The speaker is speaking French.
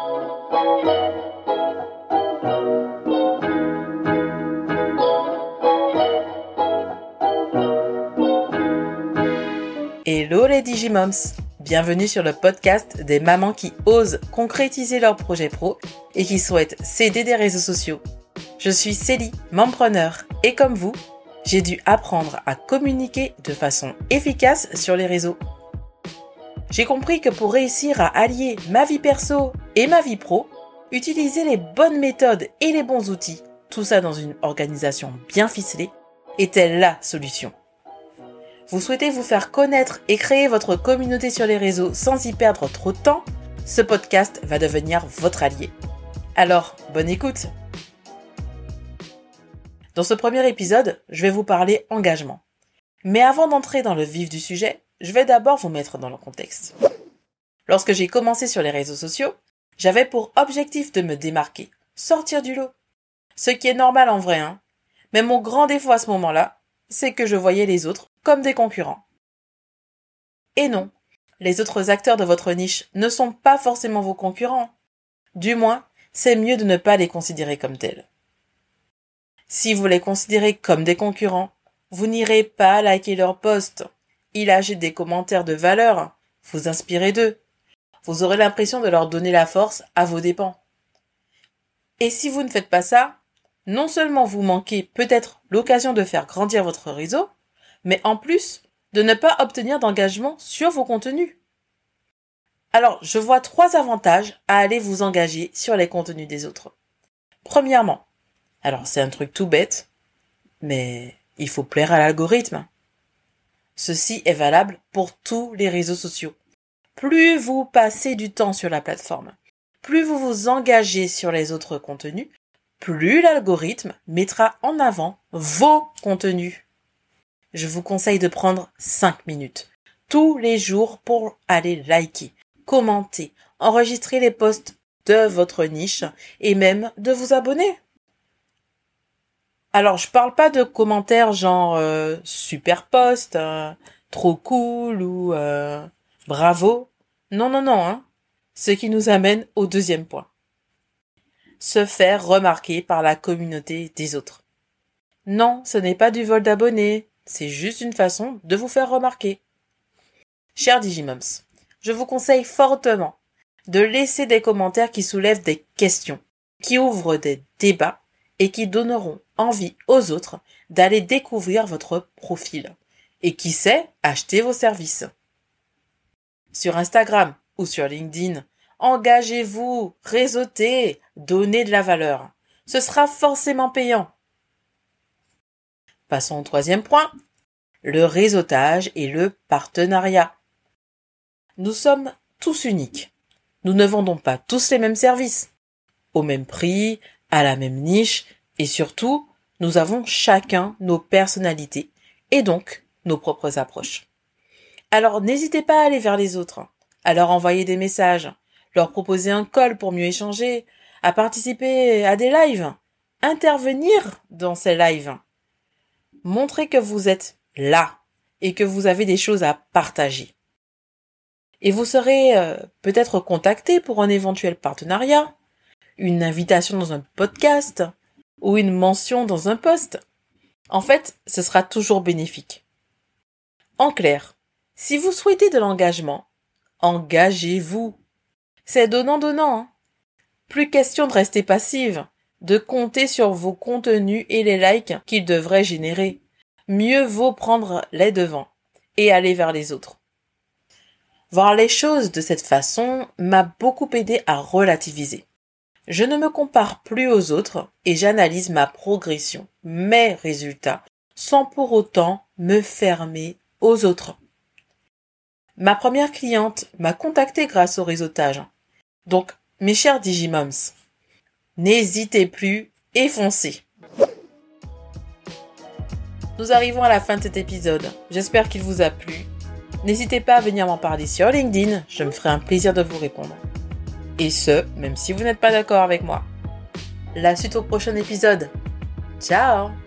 Hello les Digimoms! Bienvenue sur le podcast des mamans qui osent concrétiser leurs projets pro et qui souhaitent s'aider des réseaux sociaux. Je suis Célie, mompreneur, et comme vous, j'ai dû apprendre à communiquer de façon efficace sur les réseaux. J'ai compris que pour réussir à allier ma vie perso et ma vie pro, utiliser les bonnes méthodes et les bons outils, tout ça dans une organisation bien ficelée, était la solution. Vous souhaitez vous faire connaître et créer votre communauté sur les réseaux sans y perdre trop de temps? Ce podcast va devenir votre allié. Alors, bonne écoute! Dans ce premier épisode, je vais vous parler engagement. Mais avant d'entrer dans le vif du sujet, je vais d'abord vous mettre dans le contexte. Lorsque j'ai commencé sur les réseaux sociaux, j'avais pour objectif de me démarquer, sortir du lot. Ce qui est normal en vrai, hein. Mais mon grand défaut à ce moment-là, c'est que je voyais les autres comme des concurrents. Et non, les autres acteurs de votre niche ne sont pas forcément vos concurrents. Du moins, c'est mieux de ne pas les considérer comme tels. Si vous les considérez comme des concurrents, vous n'irez pas liker leurs posts, y lâcher des commentaires de valeur, vous inspirer d'eux. Vous aurez l'impression de leur donner la force à vos dépens. Et si vous ne faites pas ça, non seulement vous manquez peut-être l'occasion de faire grandir votre réseau, mais en plus, de ne pas obtenir d'engagement sur vos contenus. Alors, je vois 3 avantages à aller vous engager sur les contenus des autres. Premièrement, alors c'est un truc tout bête, mais il faut plaire à l'algorithme. Ceci est valable pour tous les réseaux sociaux. Plus vous passez du temps sur la plateforme, plus vous vous engagez sur les autres contenus, plus l'algorithme mettra en avant vos contenus. Je vous conseille de prendre 5 minutes tous les jours pour aller liker, commenter, enregistrer les posts de votre niche et même de vous abonner. Alors, je parle pas de commentaires genre super post, trop cool ou bravo. Non, hein. Ce qui nous amène au deuxième point. Se faire remarquer par la communauté des autres. Non, ce n'est pas du vol d'abonnés. C'est juste une façon de vous faire remarquer. Chers Digimoms, je vous conseille fortement de laisser des commentaires qui soulèvent des questions, qui ouvrent des débats et qui donneront envie aux autres d'aller découvrir votre profil. Et qui sait, acheter vos services. Sur Instagram ou sur LinkedIn, engagez-vous, réseautez, donnez de la valeur. Ce sera forcément payant. Passons au troisième point, le réseautage et le partenariat. Nous sommes tous uniques. Nous ne vendons pas tous les mêmes services, au même prix, à la même niche, et surtout, nous avons chacun nos personnalités et donc nos propres approches. Alors n'hésitez pas à aller vers les autres, à leur envoyer des messages, leur proposer un call pour mieux échanger, à participer à des lives, intervenir dans ces lives. Montrez que vous êtes là et que vous avez des choses à partager. Et vous serez peut-être contacté pour un éventuel partenariat, une invitation dans un podcast ou une mention dans un post. En fait, ce sera toujours bénéfique. En clair, si vous souhaitez de l'engagement, engagez-vous. C'est donnant-donnant, hein. Plus question de rester passive, de compter sur vos contenus et les likes qu'ils devraient générer. Mieux vaut prendre les devants et aller vers les autres. Voir les choses de cette façon m'a beaucoup aidé à relativiser. Je ne me compare plus aux autres et j'analyse ma progression, mes résultats, sans pour autant me fermer aux autres. Ma première cliente m'a contactée grâce au réseautage. Donc, mes chers Digimoms, n'hésitez plus et foncez. Nous arrivons à la fin de cet épisode. J'espère qu'il vous a plu. N'hésitez pas à venir m'en parler sur LinkedIn, je me ferai un plaisir de vous répondre. Et ce, même si vous n'êtes pas d'accord avec moi. La suite au prochain épisode. Ciao!